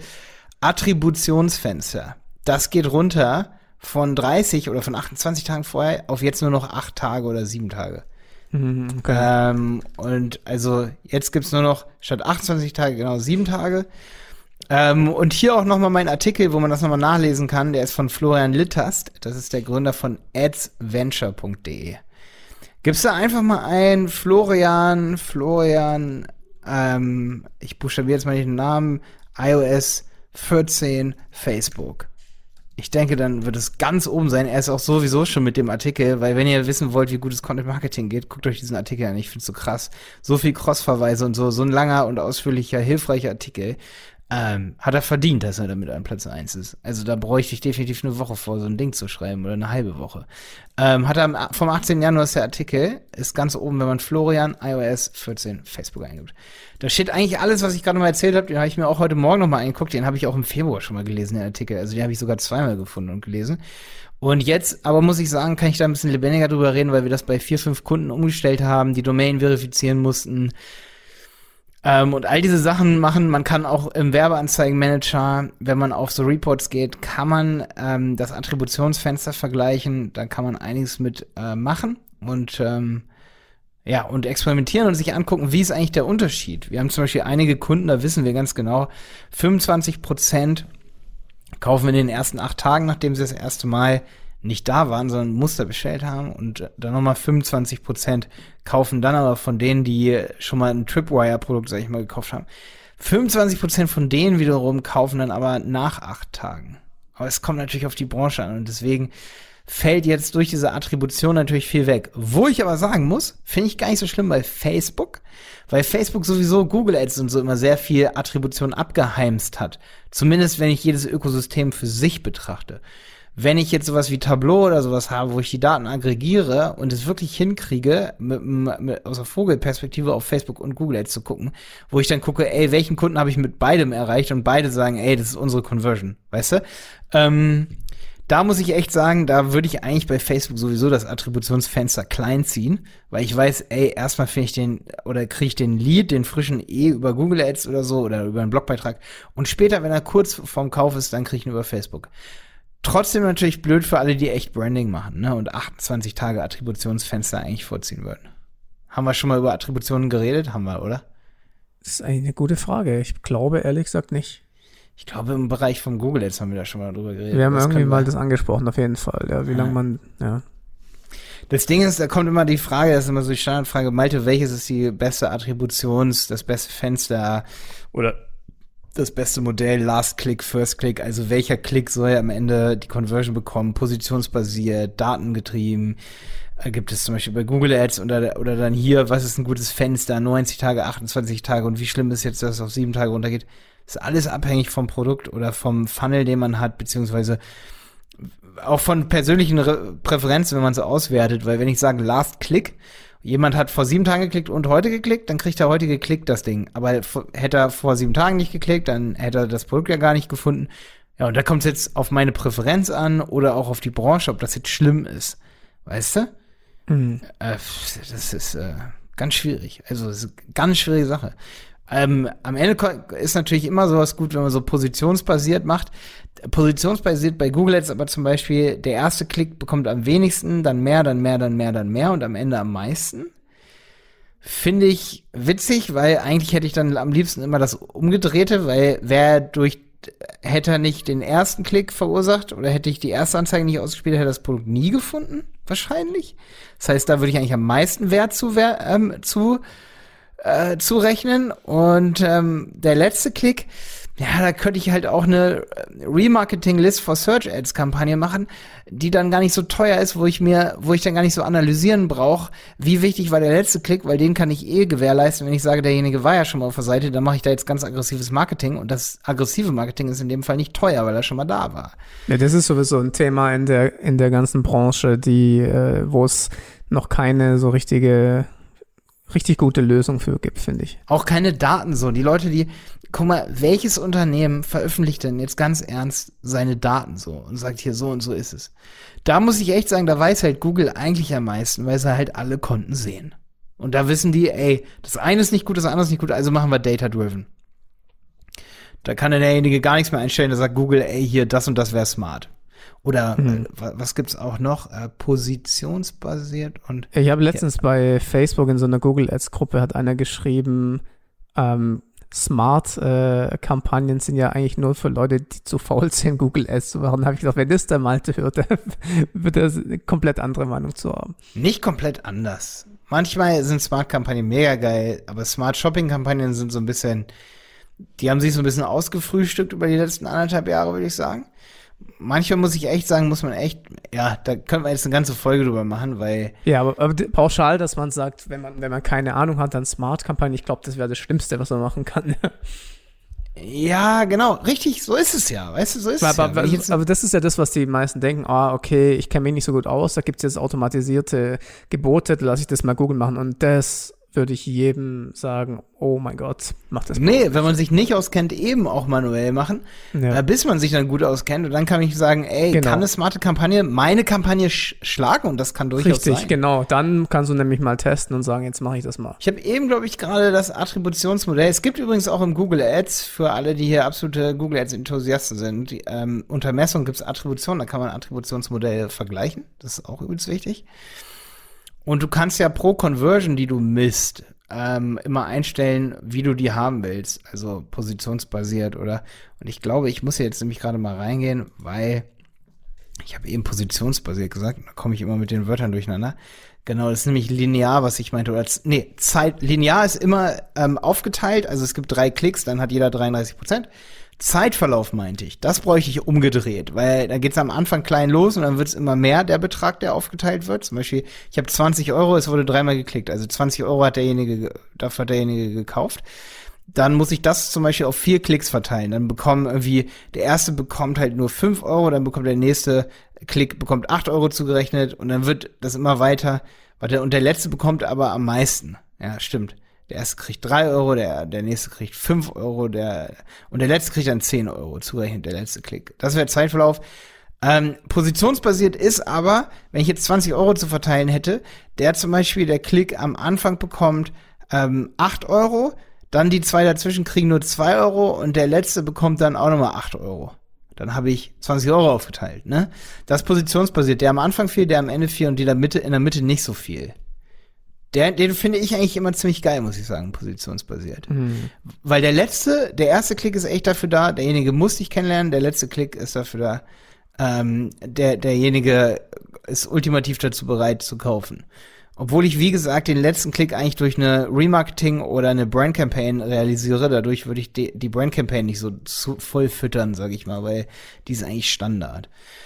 Attributionsfenster. Das geht runter von dreißig oder von achtundzwanzig Tagen vorher auf jetzt nur noch acht Tage oder sieben Tage. Okay. Ähm, und also jetzt gibt's nur noch statt achtundzwanzig Tage genau sieben Tage. Ähm, und hier auch nochmal mein Artikel, wo man das nochmal nachlesen kann, der ist von Florian Littast, das ist der Gründer von adsventure punkt de. Gibst du einfach mal ein, Florian, Florian, ähm, ich buchstabiere jetzt mal nicht den Namen, i O S vierzehn Facebook. Ich denke, dann wird es ganz oben sein. Er ist auch sowieso schon mit dem Artikel, weil wenn ihr wissen wollt, wie gutes Content Marketing geht, guckt euch diesen Artikel an. Ich find's so krass. So viel Cross-Verweise und so, so ein langer und ausführlicher, hilfreicher Artikel. Ähm, hat er verdient, dass er damit an Platz eins ist. Also da bräuchte ich definitiv eine Woche vor, so ein Ding zu schreiben oder eine halbe Woche. Ähm, hat er vom achtzehnten Januar ist der Artikel, ist ganz oben, wenn man Florian i O S vierzehn Facebook eingibt. Da steht eigentlich alles, was ich gerade mal erzählt habe, den habe ich mir auch heute Morgen nochmal angeguckt, den habe ich auch im Februar schon mal gelesen, den Artikel. Also den habe ich sogar zweimal gefunden und gelesen. Und jetzt, aber muss ich sagen, kann ich da ein bisschen lebendiger drüber reden, weil wir das bei vier, fünf Kunden umgestellt haben, die Domain verifizieren mussten. Ähm, und all diese Sachen machen, man kann auch im Werbeanzeigenmanager, wenn man auf so Reports geht, kann man ähm, das Attributionsfenster vergleichen, da kann man einiges mit äh, machen und ähm, ja, und experimentieren und sich angucken, wie ist eigentlich der Unterschied. Wir haben zum Beispiel einige Kunden, da wissen wir ganz genau, fünfundzwanzig Prozent kaufen in den ersten acht Tagen, nachdem sie das erste Mal nicht da waren, sondern Muster bestellt haben und dann nochmal fünfundzwanzig Prozent kaufen dann aber von denen, die schon mal ein Tripwire-Produkt, sag ich mal, gekauft haben. fünfundzwanzig Prozent von denen wiederum kaufen dann aber nach acht Tagen. Aber es kommt natürlich auf die Branche an und deswegen fällt jetzt durch diese Attribution natürlich viel weg. Wo ich aber sagen muss, finde ich gar nicht so schlimm bei Facebook, weil Facebook sowieso Google Ads und so immer sehr viel Attribution abgeheimst hat. Zumindest wenn ich jedes Ökosystem für sich betrachte. Wenn ich jetzt sowas wie Tableau oder sowas habe, wo ich die Daten aggregiere und es wirklich hinkriege, mit, mit, aus der Vogelperspektive auf Facebook und Google Ads zu gucken, wo ich dann gucke, ey, welchen Kunden habe ich mit beidem erreicht und beide sagen, ey, das ist unsere Conversion, weißt du? Ähm, Da muss ich echt sagen, da würde ich eigentlich bei Facebook sowieso das Attributionsfenster klein ziehen, weil ich weiß, ey, erstmal finde ich den, oder kriege ich den Lead, den frischen eh über Google Ads oder so, oder über einen Blogbeitrag. Und später, wenn er kurz vorm Kauf ist, dann kriege ich ihn über Facebook. Trotzdem natürlich blöd für alle, die echt Branding machen, ne, und achtundzwanzig Tage Attributionsfenster eigentlich vorziehen würden. Haben wir schon mal über Attributionen geredet? Haben wir, oder? Das ist eine gute Frage. Ich glaube, ehrlich gesagt, nicht. Ich glaube, im Bereich von Google Ads haben wir da schon mal drüber geredet. Wir haben das irgendwie mal das angesprochen, auf jeden Fall. Ja, wie ja. lange man, ja. Das Ding ist, da kommt immer die Frage, das ist immer so die Standardfrage, Malte, welches ist die beste Attributions-, das beste Fenster oder das beste Modell, Last Click, First Click, also welcher Klick soll am Ende die Conversion bekommen, positionsbasiert, datengetrieben, äh, gibt es zum Beispiel bei Google Ads oder, oder dann hier, was ist ein gutes Fenster, neunzig Tage, achtundzwanzig Tage und wie schlimm ist jetzt, dass es auf sieben Tage runtergeht? Ist alles abhängig vom Produkt oder vom Funnel, den man hat, beziehungsweise auch von persönlichen Re- Präferenzen, wenn man so auswertet, weil wenn ich sage Last Click, jemand hat vor sieben Tagen geklickt und heute geklickt, dann kriegt er heute geklickt das Ding. Aber f- hätte er vor sieben Tagen nicht geklickt, dann hätte er das Produkt ja gar nicht gefunden. Ja, und da kommt es jetzt auf meine Präferenz an oder auch auf die Branche, ob das jetzt schlimm ist. Weißt du? Mhm. Äh, das ist äh, ganz schwierig. Also, das ist eine ganz schwierige Sache. Ähm, am Ende ist natürlich immer sowas gut, wenn man so positionsbasiert macht. Positionsbasiert bei Google Ads aber zum Beispiel, der erste Klick bekommt am wenigsten, dann mehr, dann mehr, dann mehr, dann mehr und am Ende am meisten. Finde ich witzig, weil eigentlich hätte ich dann am liebsten immer das Umgedrehte, weil wer durch, hätte er nicht den ersten Klick verursacht oder hätte ich die erste Anzeige nicht ausgespielt, hätte das Produkt nie gefunden, wahrscheinlich. Das heißt, da würde ich eigentlich am meisten Wert zu, ähm, zu Äh, zurechnen und ähm, der letzte Klick, ja, da könnte ich halt auch eine Remarketing-List for Search Ads Kampagne machen, die dann gar nicht so teuer ist, wo ich mir, wo ich dann gar nicht so analysieren brauche, wie wichtig war der letzte Klick, weil den kann ich eh gewährleisten, wenn ich sage, derjenige war ja schon mal auf der Seite, dann mache ich da jetzt ganz aggressives Marketing und das aggressive Marketing ist in dem Fall nicht teuer, weil er schon mal da war. Ja, das ist sowieso ein Thema in der in der ganzen Branche, die äh, wo es noch keine so richtige richtig gute Lösung für gibt, finde ich. Auch keine Daten so. Die Leute, die, guck mal, welches Unternehmen veröffentlicht denn jetzt ganz ernst seine Daten so und sagt hier so und so ist es. Da muss ich echt sagen, da weiß halt Google eigentlich am meisten, weil sie halt alle Konten sehen. Und da wissen die, ey, das eine ist nicht gut, das andere ist nicht gut, also machen wir Data-Driven. Da kann dann derjenige gar nichts mehr einstellen, da sagt Google, ey, hier, das und das wäre smart. Oder mhm. äh, was gibt's auch noch? Äh, positionsbasiert und ich habe letztens ja. bei Facebook in so einer Google Ads Gruppe hat einer geschrieben, ähm, Smart-Kampagnen äh, sind ja eigentlich nur für Leute, die zu faul sind, Google Ads zu machen. Da habe ich gesagt, wenn das der Malte hört, wird er eine komplett andere Meinung zu haben. Nicht komplett anders. Manchmal sind Smart-Kampagnen mega geil, aber Smart-Shopping-Kampagnen sind so ein bisschen, die haben sich so ein bisschen ausgefrühstückt über die letzten anderthalb Jahre, würde ich sagen. Manchmal muss ich echt sagen, muss man echt, ja, da können wir jetzt eine ganze Folge drüber machen, weil ja, aber, aber pauschal, dass man sagt, wenn man wenn man keine Ahnung hat, dann Smart-Kampagne, ich glaube, das wäre das Schlimmste, was man machen kann. Ja, genau, richtig, so ist es ja, weißt du, so ist aber, es ja. Aber, aber, aber das ist ja das, was die meisten denken, ah, okay, ich kenne mich nicht so gut aus, da gibt es jetzt automatisierte Gebote, lasse ich das mal Google machen und das würde ich jedem sagen, oh mein Gott, mach das mal. Nee, wenn man sich nicht auskennt, eben auch manuell machen, ja. äh, bis man sich dann gut auskennt und dann kann ich sagen, ey, genau. Kann eine smarte Kampagne meine Kampagne sch- schlagen und das kann durchaus Richtig, sein. Richtig, genau, dann kannst du nämlich mal testen und sagen, jetzt mache ich das mal. Ich habe eben, glaube ich, gerade das Attributionsmodell, es gibt übrigens auch im Google Ads, für alle, die hier absolute Google Ads Enthusiasten sind, die, ähm, unter Messung gibt es Attribution, da kann man Attributionsmodelle vergleichen, das ist auch übelst wichtig. Und du kannst ja pro Conversion, die du misst, ähm, immer einstellen, wie du die haben willst. Also positionsbasiert oder. Und ich glaube, ich muss jetzt nämlich gerade mal reingehen, weil ich habe eben positionsbasiert gesagt, da komme ich immer mit den Wörtern durcheinander. Genau, das ist nämlich linear, was ich meinte. Oder, nee, Zeit, linear ist immer ähm, aufgeteilt, also es gibt drei Klicks, dann hat jeder dreiunddreißig Prozent. Zeitverlauf meinte ich, das bräuchte ich umgedreht, weil da geht's am Anfang klein los und dann wird's immer mehr, der Betrag, der aufgeteilt wird. Zum Beispiel, ich habe zwanzig Euro, es wurde dreimal geklickt, also zwanzig Euro hat derjenige, dafür hat derjenige gekauft. Dann muss ich das zum Beispiel auf vier Klicks verteilen. Dann bekommen irgendwie, der erste bekommt halt nur fünf Euro, dann bekommt der nächste Klick, bekommt acht Euro zugerechnet und dann wird das immer weiter. Warte, und der letzte bekommt aber am meisten. Ja, stimmt. Der erste kriegt drei Euro, der, der nächste kriegt fünf Euro, der, und der letzte kriegt dann zehn Euro, zugerechnet der letzte Klick. Das wäre Zeitverlauf. Ähm, positionsbasiert ist aber, wenn ich jetzt zwanzig Euro zu verteilen hätte, der zum Beispiel, der Klick am Anfang bekommt ähm, acht Euro, dann die zwei dazwischen kriegen nur zwei Euro und der letzte bekommt dann auch nochmal acht Euro. Dann habe ich zwanzig Euro aufgeteilt, ne? Das ist positionsbasiert. Der am Anfang viel, der am Ende viel und die in der Mitte, in der Mitte nicht so viel. Der, den finde ich eigentlich immer ziemlich geil, muss ich sagen, positionsbasiert. Mhm. Weil der letzte, der erste Klick ist echt dafür da, derjenige muss dich kennenlernen, der letzte Klick ist dafür da, ähm, der, derjenige ist ultimativ dazu bereit zu kaufen. Obwohl ich, wie gesagt, den letzten Klick eigentlich durch eine Remarketing oder eine Brand-Campaign realisiere, dadurch würde ich die, die Brand-Campaign nicht so zu voll füttern, sag ich mal, weil die ist eigentlich Standard.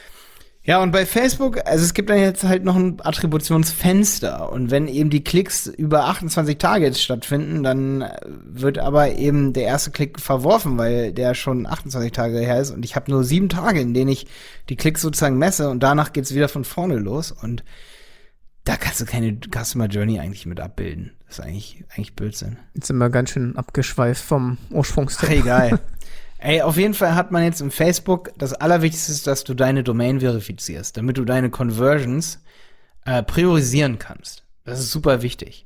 Ja, und bei Facebook, also es gibt dann jetzt halt noch ein Attributionsfenster und wenn eben die Klicks über achtundzwanzig Tage jetzt stattfinden, dann wird aber eben der erste Klick verworfen, weil der schon achtundzwanzig Tage her ist und ich habe nur sieben Tage, in denen ich die Klicks sozusagen messe und danach geht's wieder von vorne los und da kannst du keine Customer Journey eigentlich mit abbilden. Das ist eigentlich, eigentlich Blödsinn. Jetzt sind wir ganz schön abgeschweift vom Ursprungsthema. Ach, egal. Ey, auf jeden Fall hat man jetzt im Facebook, das Allerwichtigste ist, dass du deine Domain verifizierst, damit du deine Conversions äh, priorisieren kannst. Das ist super wichtig.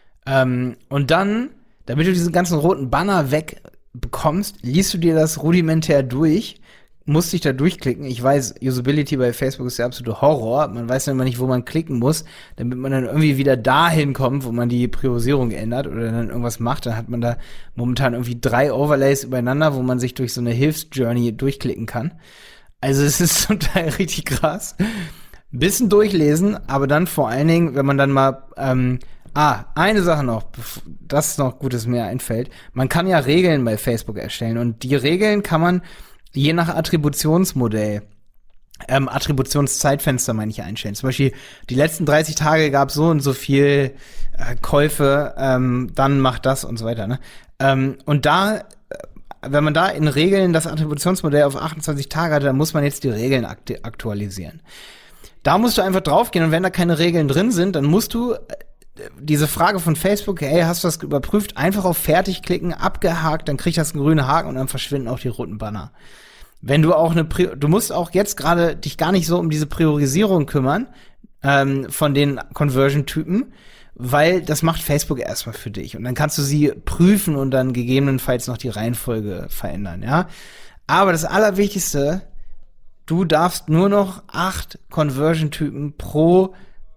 Ähm, und dann, damit du diesen ganzen roten Banner wegbekommst, liest du dir das rudimentär durch, musst dich da durchklicken. Ich weiß, Usability bei Facebook ist der absolute Horror. Man weiß ja immer nicht, wo man klicken muss, damit man dann irgendwie wieder dahin kommt, wo man die Priorisierung ändert oder dann irgendwas macht. Dann hat man da momentan irgendwie drei Overlays übereinander, wo man sich durch so eine Hilfsjourney durchklicken kann. Also es ist zum Teil richtig krass. Ein bisschen durchlesen, aber dann vor allen Dingen, wenn man dann mal ähm, Ah, eine Sache noch, das ist noch gut, dass mir einfällt. Man kann ja Regeln bei Facebook erstellen und die Regeln kann man je nach Attributionsmodell, ähm, Attributionszeitfenster meine ich einstellen. Zum Beispiel die letzten dreißig Tage gab so und so viel äh, Käufe, ähm, dann macht das und so weiter. Ne? Ähm, und da, wenn man da in Regeln das Attributionsmodell auf achtundzwanzig Tage hat, dann muss man jetzt die Regeln akt- aktualisieren. Da musst du einfach draufgehen und wenn da keine Regeln drin sind, dann musst du diese Frage von Facebook, hey, hast du das überprüft, einfach auf Fertig klicken, abgehakt, dann kriegt das einen grünen Haken und dann verschwinden auch die roten Banner. Wenn du auch eine, Pri- du musst auch jetzt gerade dich gar nicht so um diese Priorisierung kümmern ähm, von den Conversion-Typen, weil das macht Facebook erstmal für dich und dann kannst du sie prüfen und dann gegebenenfalls noch die Reihenfolge verändern, ja. Aber das Allerwichtigste, du darfst nur noch acht Conversion-Typen pro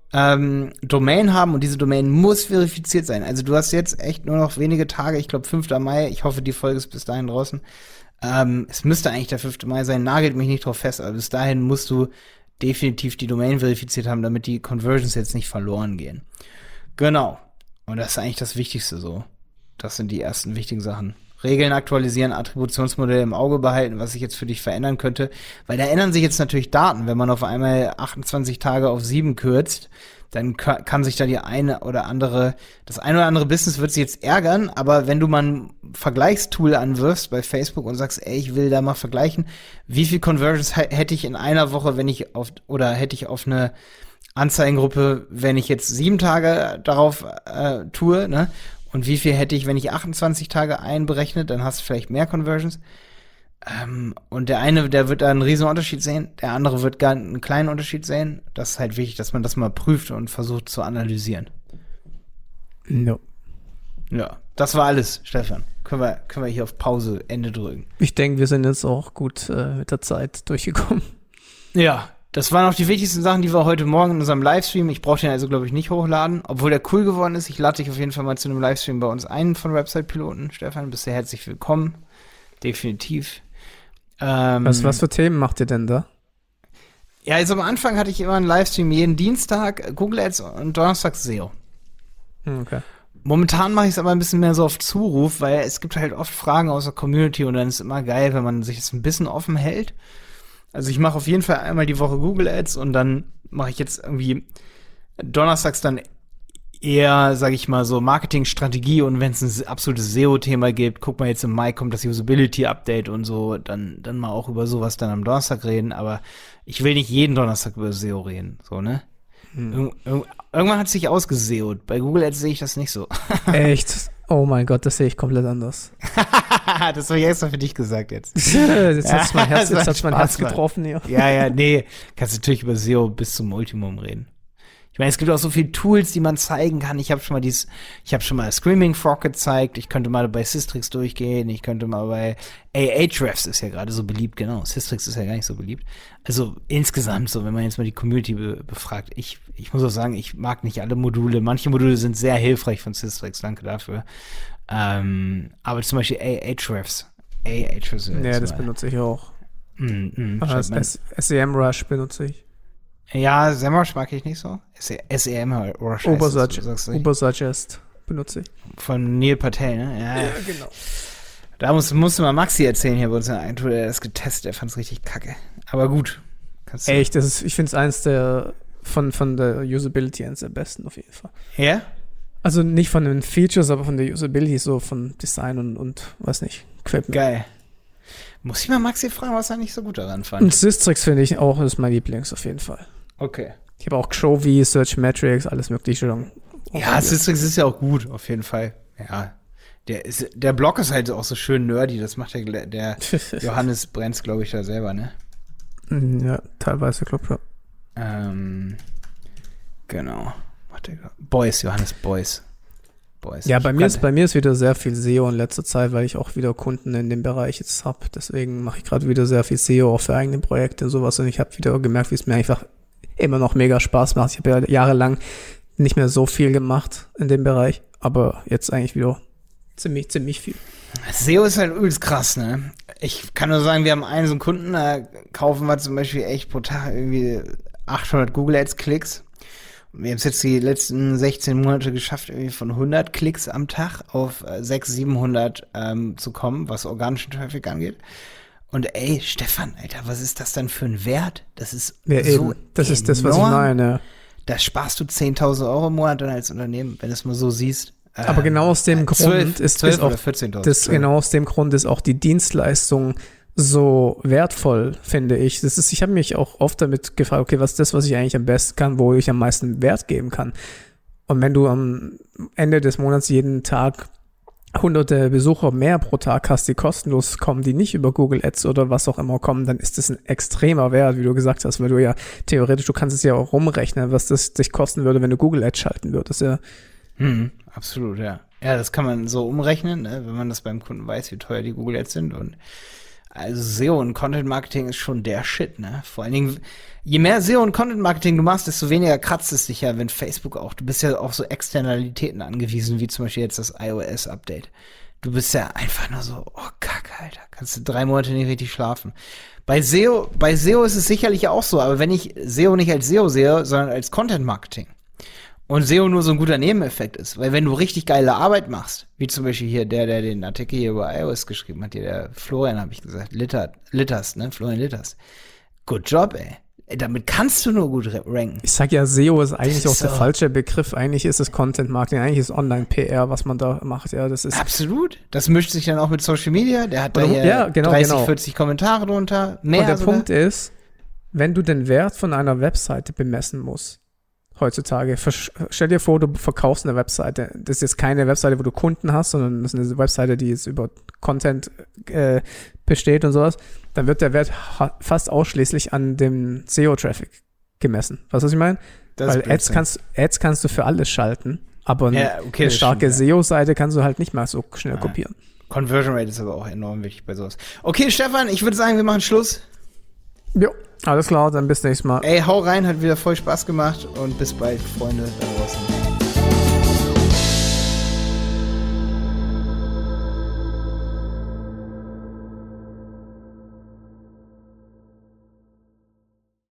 ähm, Domain haben und diese Domain muss verifiziert sein. Also du hast jetzt echt nur noch wenige Tage, ich glaube fünfter Mai, ich hoffe, die Folge ist bis dahin draußen. Ähm, es müsste eigentlich der fünfte Mai sein, nagelt mich nicht drauf fest, aber bis dahin musst du definitiv die Domain verifiziert haben, damit die Conversions jetzt nicht verloren gehen. Genau. Und das ist eigentlich das Wichtigste so. Das sind die ersten wichtigen Sachen. Regeln aktualisieren, Attributionsmodell im Auge behalten, was sich jetzt für dich verändern könnte. Weil da ändern sich jetzt natürlich Daten. Wenn man auf einmal achtundzwanzig Tage auf sieben kürzt, dann kann sich da die eine oder andere, das eine oder andere Business wird sich jetzt ärgern, aber wenn du mal ein Vergleichstool anwirfst bei Facebook und sagst, ey, ich will da mal vergleichen, wie viel Conversions h- hätte ich in einer Woche, wenn ich auf, oder hätte ich auf eine Anzeigengruppe, wenn ich jetzt sieben Tage darauf äh, tue, ne? Und wie viel hätte ich, wenn ich achtundzwanzig Tage einberechne, dann hast du vielleicht mehr Conversions. Ähm, und der eine, der wird da einen riesen Unterschied sehen, der andere wird gar einen kleinen Unterschied sehen. Das ist halt wichtig, dass man das mal prüft und versucht zu analysieren. No. Ja, das war alles, Stefan. Können wir, können wir hier auf Pause, Ende drücken. Ich denke, wir sind jetzt auch gut äh, mit der Zeit durchgekommen. Ja, das waren auch die wichtigsten Sachen, die wir heute Morgen in unserem Livestream, ich brauche den also, glaube ich, nicht hochladen, obwohl der cool geworden ist. Ich lade dich auf jeden Fall mal zu einem Livestream bei uns ein von Website-Piloten. Stefan, bist du herzlich willkommen. Definitiv. Ähm, was, was für Themen macht ihr denn da? Ja, also am Anfang hatte ich immer einen Livestream jeden Dienstag, Google Ads und Donnerstag S E O. Okay. Momentan mache ich es aber ein bisschen mehr so auf Zuruf, weil es gibt halt oft Fragen aus der Community und dann ist es immer geil, wenn man sich jetzt ein bisschen offen hält. Also ich mache auf jeden Fall einmal die Woche Google Ads und dann mache ich jetzt irgendwie donnerstags dann eher, sage ich mal, so Marketingstrategie und wenn es ein absolutes S E O-Thema gibt, guck mal, jetzt im Mai kommt das Usability-Update und so, dann dann mal auch über sowas dann am Donnerstag reden, aber ich will nicht jeden Donnerstag über S E O reden, so, ne? Hm. Ir- ir- irgendwann hat es sich ausgeseot. Bei Google Ads sehe ich das nicht so. Echt? Oh mein Gott, das sehe ich komplett anders. Das habe ich extra für dich gesagt jetzt. Jetzt hat's mein Herz, Ja, jetzt hat's mein Herz Spaß, getroffen hier. Ja, ja, nee. Kannst natürlich über S E O bis zum Ultimum reden. Ich meine, es gibt auch so viele Tools, die man zeigen kann. Ich habe schon mal dieses, ich habe schon mal Screaming Frog gezeigt. Ich könnte mal bei Systrix durchgehen. Ich könnte mal bei Ahrefs ist ja gerade so beliebt, genau. Systrix ist ja gar nicht so beliebt. Also insgesamt so, wenn man jetzt mal die Community be- befragt. Ich, ich muss auch sagen, ich mag nicht alle Module. Manche Module sind sehr hilfreich von Systrix. Danke dafür. Ähm, aber zum Beispiel Ahrefs. Ahrefs. Ja, das benutze ich auch. Mm, mm, Ah, das S- SEMrush benutze ich. Ja, SEMrush mag ich nicht so. SEMrush. Ubersuggest, Ubersuggest benutze ich. Von Neil Patel, ne? Ja, Ja, genau. Da muss, musste mal Maxi erzählen hier bei uns in der Agentur, der hat das getestet, der fand es richtig kacke. Aber gut. Kannst du Echt, das ist, ich finde es eins der von, von der Usability eins der besten auf jeden Fall. Ja? Also nicht von den Features, aber von der Usability, so von Design und, und weiß nicht, Equipment. Geil. Muss ich mal Maxi fragen, was er nicht so gut daran Und fand. Systrix finde ich auch, ist mein Lieblings auf jeden Fall. Okay. Ich habe auch Xrovie, Search Metrics, alles mögliche schon. Ja, Systrix ist ja auch gut, auf jeden Fall. Ja. Der, ist, der Blog ist halt auch so schön nerdy, das macht der, der Johannes Brenz, glaube ich, da selber, ne? Ja, teilweise, glaube ich. Ja. Ähm, genau. Warte, Beuys, Johannes Beuys. Beuys. Ja, bei Ich mir, ist, kannte- bei mir ist wieder sehr viel S E O in letzter Zeit, weil ich auch wieder Kunden in dem Bereich jetzt habe. Deswegen mache ich gerade wieder sehr viel S E O auch für eigene Projekte und sowas. Und ich habe wieder gemerkt, wie es mir einfach immer noch mega Spaß macht. Ich habe ja jahrelang nicht mehr so viel gemacht in dem Bereich, aber jetzt eigentlich wieder ziemlich, ziemlich viel. S E O ist halt übelst krass, ne? Ich kann nur sagen, wir haben einen so einen Kunden, da kaufen wir zum Beispiel echt pro Tag irgendwie achthundert Google Ads Klicks. Und wir haben es jetzt die letzten sechzehn Monate geschafft, irgendwie von hundert Klicks am Tag auf äh, sechshundert, siebenhundert ähm, zu kommen, was organischen Traffic angeht. Und ey, Stefan, Alter, was ist das dann für ein Wert? Das ist Ja, so eben. Das ist das, was ich enorm. meine. Da sparst du zehntausend Euro im Monat dann als Unternehmen, wenn du es mal so siehst. Aber genau aus dem Grund zwölf, ist, zwölf ist auch oder vierzehntausend. das genau aus dem Grund ist auch die Dienstleistung so wertvoll, finde ich. Das ist, ich habe mich auch oft damit gefragt, okay, was ist das, was ich eigentlich am besten kann, wo ich am meisten Wert geben kann. Und wenn du am Ende des Monats jeden Tag hunderte Besucher mehr pro Tag hast, die kostenlos kommen, die nicht über Google Ads oder was auch immer kommen, dann ist das ein extremer Wert, wie du gesagt hast, weil du ja theoretisch, du kannst es ja auch rumrechnen, was das dich kosten würde, wenn du Google Ads schalten würdest, ja. Hm, absolut, ja. Ja, das kann man so umrechnen, ne, wenn man das beim Kunden weiß, wie teuer die Google Ads sind. Und also S E O und Content Marketing ist schon der Shit, ne? Vor allen Dingen, je mehr S E O und Content Marketing du machst, desto weniger kratzt es dich ja, wenn Facebook auch, du bist ja auf so Externalitäten angewiesen, wie zum Beispiel jetzt das iOS-Update. Du bist ja einfach nur so, oh Kacke, Alter, kannst du drei Monate nicht richtig schlafen. Bei S E O, bei S E O ist es sicherlich auch so, aber wenn ich S E O nicht als S E O sehe, sondern als Content Marketing, und S E O nur so ein guter Nebeneffekt ist, weil wenn du richtig geile Arbeit machst, wie zum Beispiel hier der, der den Artikel hier über iOS geschrieben hat, hier der Florian, habe ich gesagt, Litter, Litters, ne, Florian Litters. Good job, ey. Ey, damit kannst du nur gut ranken. Ich sag ja, S E O ist eigentlich Das auch ist der so. falsche Begriff. Eigentlich ist es Content Marketing, eigentlich ist Online-P R, was man da macht. Ja, das ist Absolut. Das mischt sich dann auch mit Social Media. Der hat da Oder- hier ja, genau, dreißig, genau. vierzig Kommentare drunter. Mehr Und der sogar. Punkt ist, wenn du den Wert von einer Webseite bemessen musst, heutzutage, versch- stell dir vor, du verkaufst eine Webseite. Das ist jetzt keine Webseite, wo du Kunden hast, sondern das ist eine Webseite, die jetzt über Content äh, besteht und sowas. Dann wird der Wert ha- fast ausschließlich an dem S E O-Traffic gemessen. Weißt du, was ich meine? Das Weil ist Ads Blödsinn. kannst, Ads kannst du für alles schalten, aber eine, Ja, okay, eine das starke stimmt, ja. S E O-Seite kannst du halt nicht mal so schnell Ja. kopieren. Conversion Rate ist aber auch enorm wichtig bei sowas. Okay, Stefan, ich würde sagen, wir machen Schluss. Jo, alles klar, dann bis nächstes Mal. Ey, hau rein, hat wieder voll Spaß gemacht und bis bald, Freunde da draußen.